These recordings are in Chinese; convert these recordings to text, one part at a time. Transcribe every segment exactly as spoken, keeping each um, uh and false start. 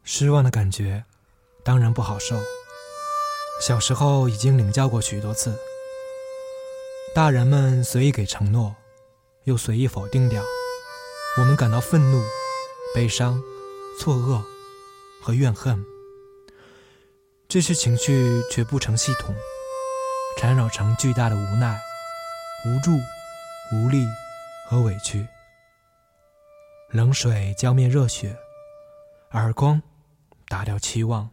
失望的感觉当然不好受，小时候已经领教过许多次。大人们随意给承诺，又随意否定掉，我们感到愤怒、悲伤、错愕和怨恨。这些情绪却不成系统，缠绕成巨大的无奈、无助、无力和委屈。冷水浇灭热血，耳光打掉期望。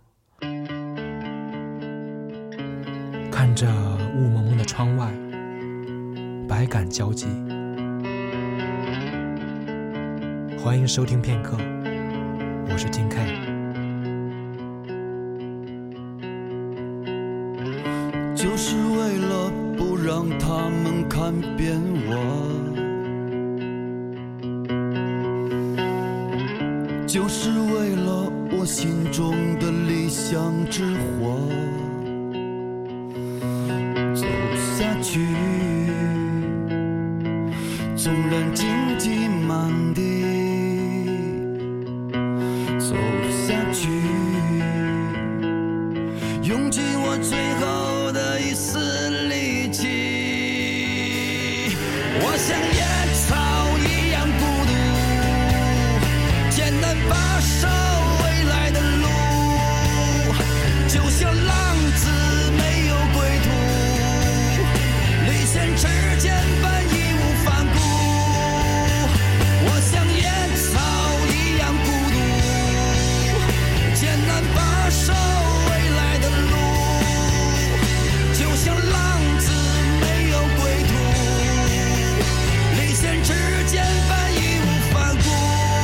看着雾蒙蒙的窗外，百感交集。欢迎收听片刻，我是金 K。 就是为了不让他们看扁我，就是为了我心中的理想之火，走下去，纵然荆棘满地，走下去，用尽我最后的一丝力气。我像野草一样孤独，艰难跋涉未来的路，就像浪子没有归途，离弦之间般义无反顾。我像野草一样孤独，艰难跋涉未来的路，就像浪子没有归途，离弦之间般义无反顾。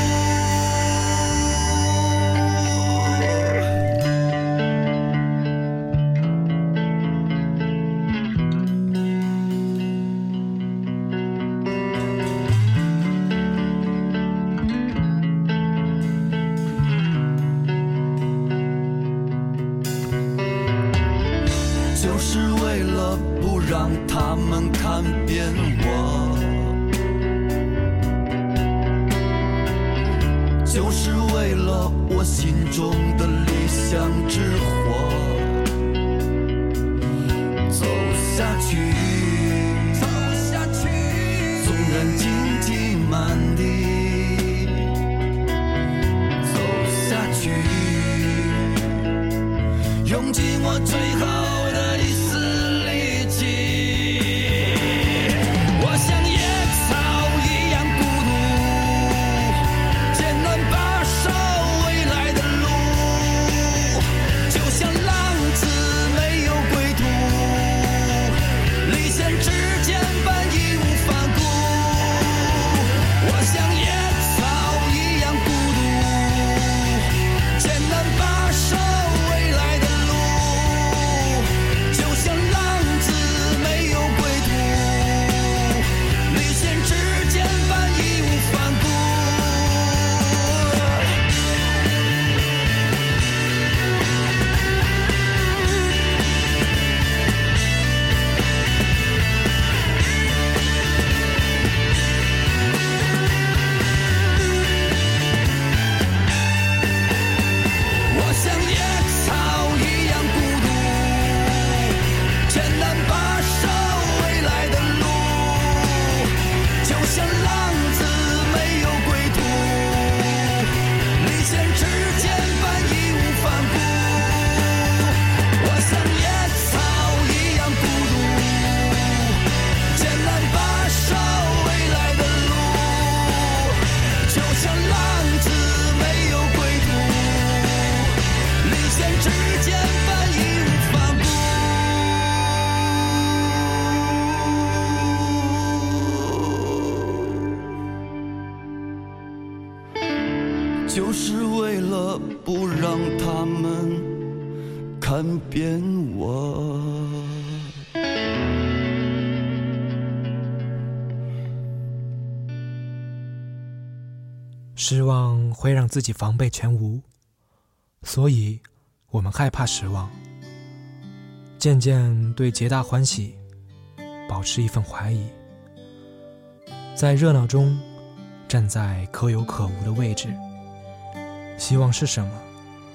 就是为了不让他们看扁我，就是为了我心中的理想之火，走下去，走下去，纵然荆棘满地，走下去，用尽我最后的一丝力气。我像野草一样孤独，艰难跋涉未来的路，就像浪子没有归途，离弦之间般义无反顾。我像野草一样孤独，艰难跋涉未来的路，就像浪子没有归途，离弦之间般义无反顾。我像野草一样孤独，艰难跋涉未来的路，就像浪子没有归途，离弦之间般义无反顾。我像野草一样孤独，艰难跋涉未来的路，就像浪子没有归途，离弦之间般义无反顾。就是为了不让他们看扁我。 失望会让自己防备全无，所以我们害怕失望，渐渐对皆大欢喜保持一份怀疑。在热闹中站在可有可无的位置，希望是什么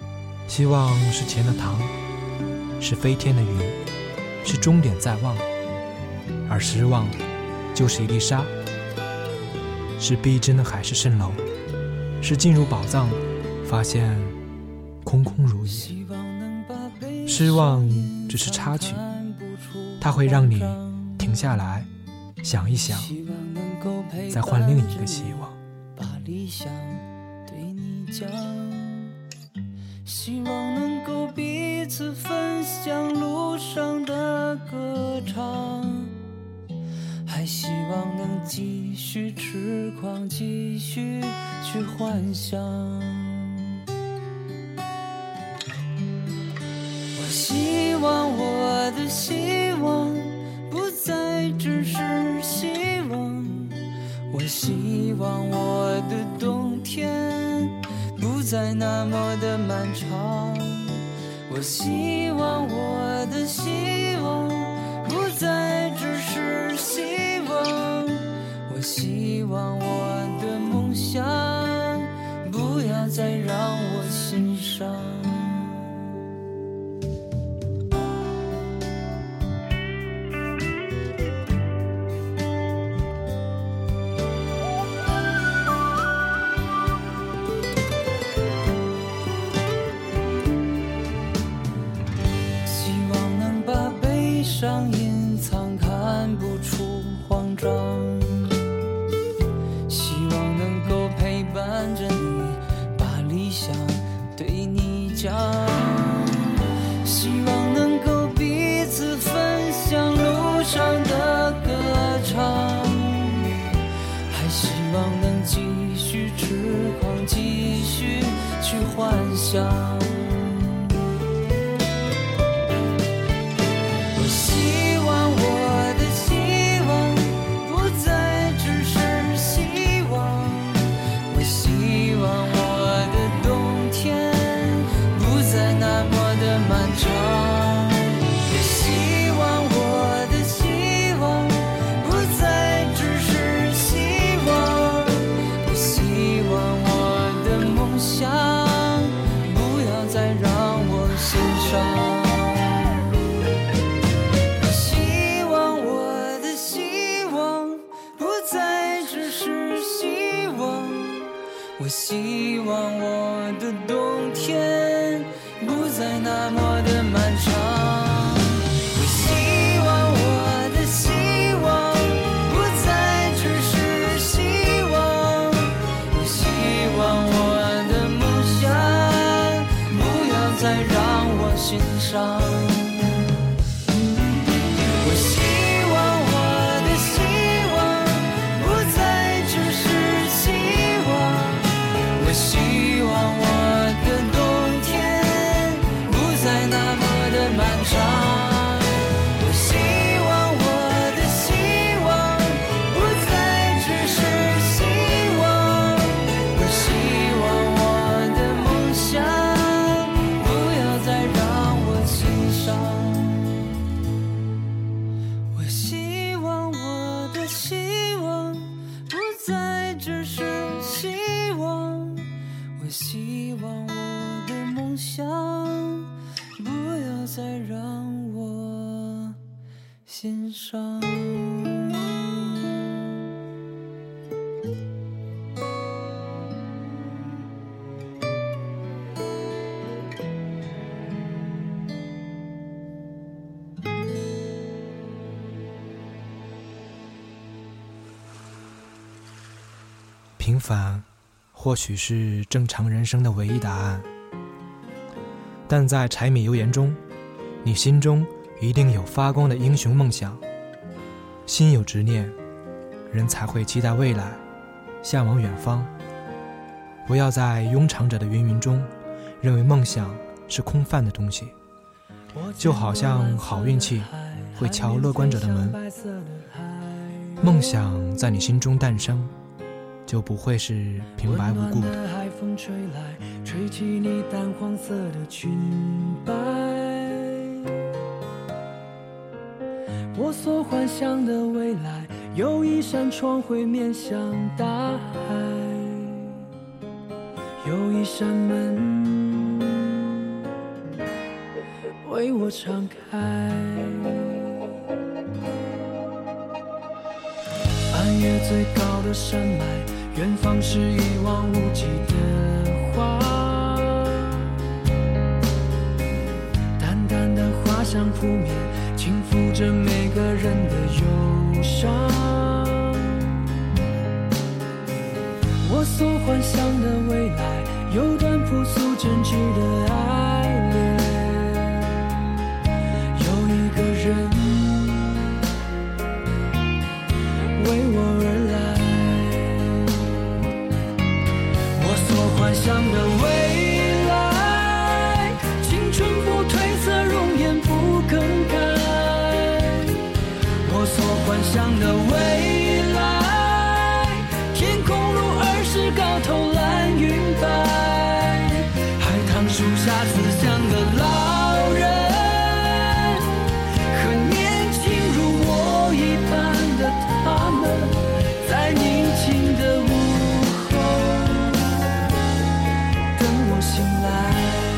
希望是甜的糖，是飞天的云，是终点在望，而失望就是一粒沙，是逼真的海市蜃楼，是进入宝藏发现空空如也。失望只是插曲，它会让你停下来想一想，再换另一个希望。 把理想对你讲，希望能够彼此分享路上的歌唱，还希望能继续痴狂，继续去幻想。我希望我的希望不再只是希望，我希望我的冬天不再那么的漫长，我希望我的希望不再只是希望，我希望我的梦想不要再让我心伤。隐藏看不出慌张，希望能够陪伴着你，把理想对你讲，希望能够彼此分享路上的歌唱，还希望能继续痴狂，继续去幻想。我希望我的冬天不再那么的漫长，我希望我的希望不再只是希望，我希望我的梦想不要再让我心伤。心上平凡或许是正常人生的唯一答案，但在柴米油盐中，你心中一定有发光的英雄梦想。心有执念，人才会期待未来，向往远方。不要在庸常者的芸芸中认为梦想是空泛的东西，就好像好运气会敲乐观者的门。梦想在你心中诞生，就不会是平白无故的。 温暖的海风吹来，吹起你淡黄色的裙摆，我所幻想的未来，有一扇窗会面向大海，有一扇门为我敞开。翻越最高的山脉，远方是一望无际的花，淡淡的花香扑面，轻抚着每个人的忧伤。我所幻想的未来，有段朴素真挚的爱恋，有一个人为我而来。我所幻想的未来，青春不褪色，容颜不更改。我所幻想的未来，天空如儿时高头蓝云白，海棠树下慈祥的老人，和年轻如我一般的他们，在宁静的午后等我醒来。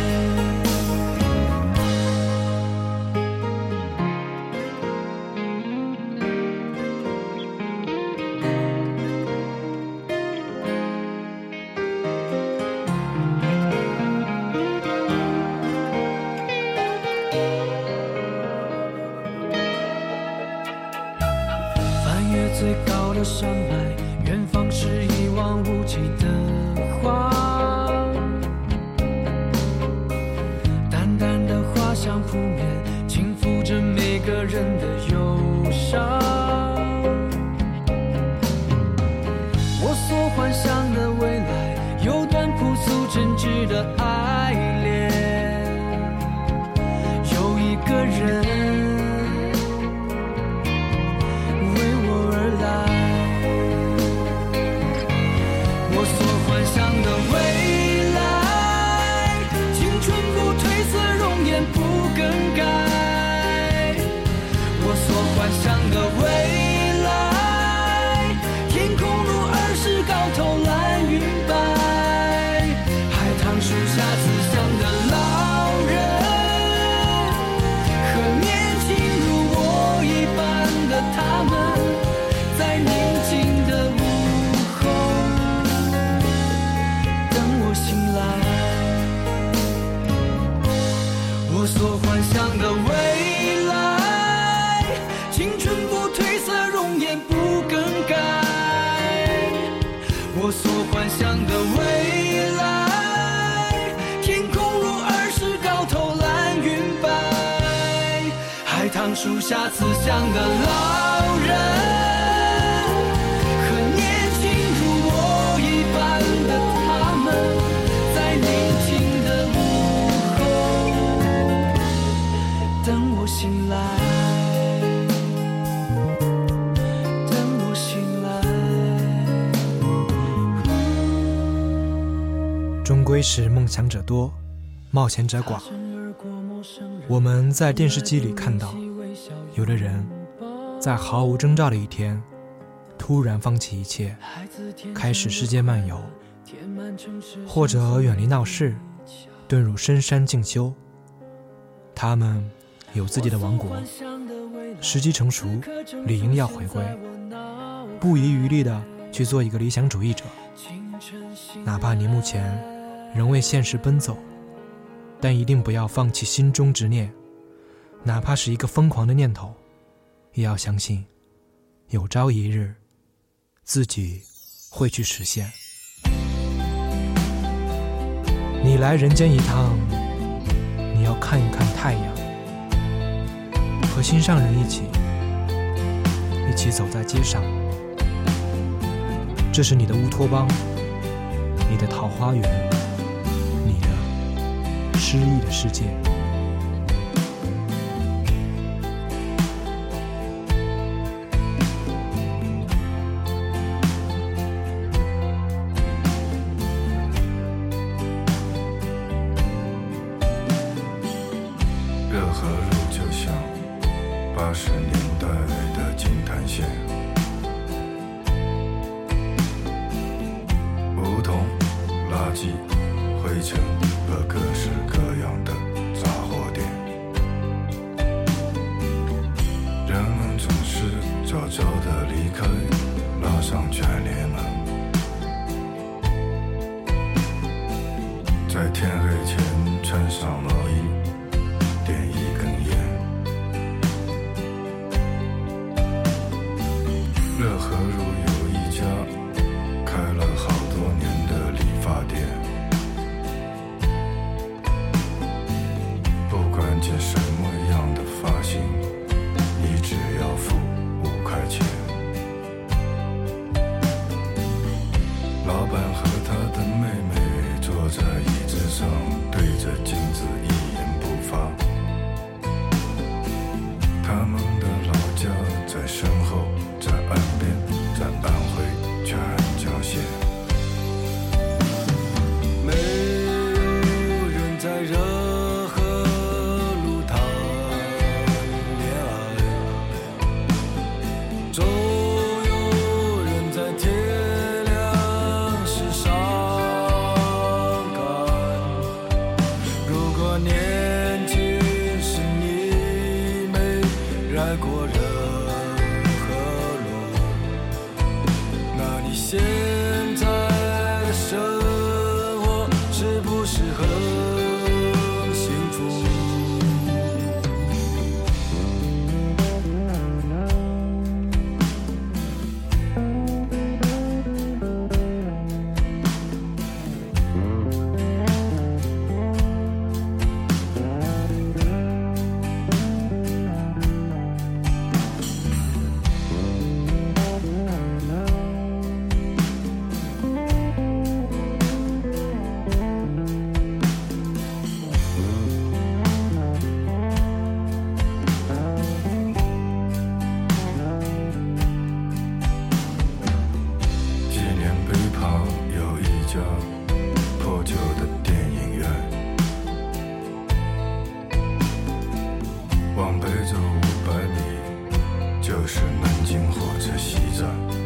翻越最高的山脉，远方是一望无际的花，淡淡的花香扑面，轻抚着每个人的忧伤。我所幻想的未来，有段朴素真挚的爱恋，有一个人幻想的未来，天空如儿时高头蓝云白，海棠树下慈祥的老人，和年轻如我一般的他们，在宁静的午后等我醒来。我所幻想的未来，青春不褪色，容颜不更改。我所幻想的未来，天空如儿时高头蓝云白，海棠树下慈祥的老人，和年轻如我一般的他们，在宁静的午后等我醒来。 终归是梦想者多，冒险者寡。我们在电视机里看到，有的人在毫无征兆的一天，突然放弃一切，开始世界漫游，或者远离闹市，遁入深山静修。他们有自己的王国，时机成熟，理应要回归，不遗余力地去做一个理想主义者。哪怕你目前仍为现实奔走，但一定不要放弃心中执念，哪怕是一个疯狂的念头，也要相信有朝一日自己会去实现。你来人间一趟，你要看一看太阳，和心上人一起一起走在街上，这是你的乌托邦，你的桃花源，你的诗意的世界。 热河路就像八十年代的金坛线，梧桐、垃圾、灰尘和各式各样的杂货店。 开，拉上卷帘门，在天黑前穿上毛衣，点一根烟。乐和路有一家开了好多年的理发店，不管剪什么样的发型，你只要付五块钱。老板和他的妹妹坐在椅子上，对着镜子一言不发。他们的老家在身后，在岸边，在安徽全椒县。没有人在热河路谈恋爱，总有人在天亮时伤感。如果年轻时你没来过热河路，那你现在的生活是不是很幸福？纪念碑旁有一家破旧的电影院，往北走五百米就是南京火车西站。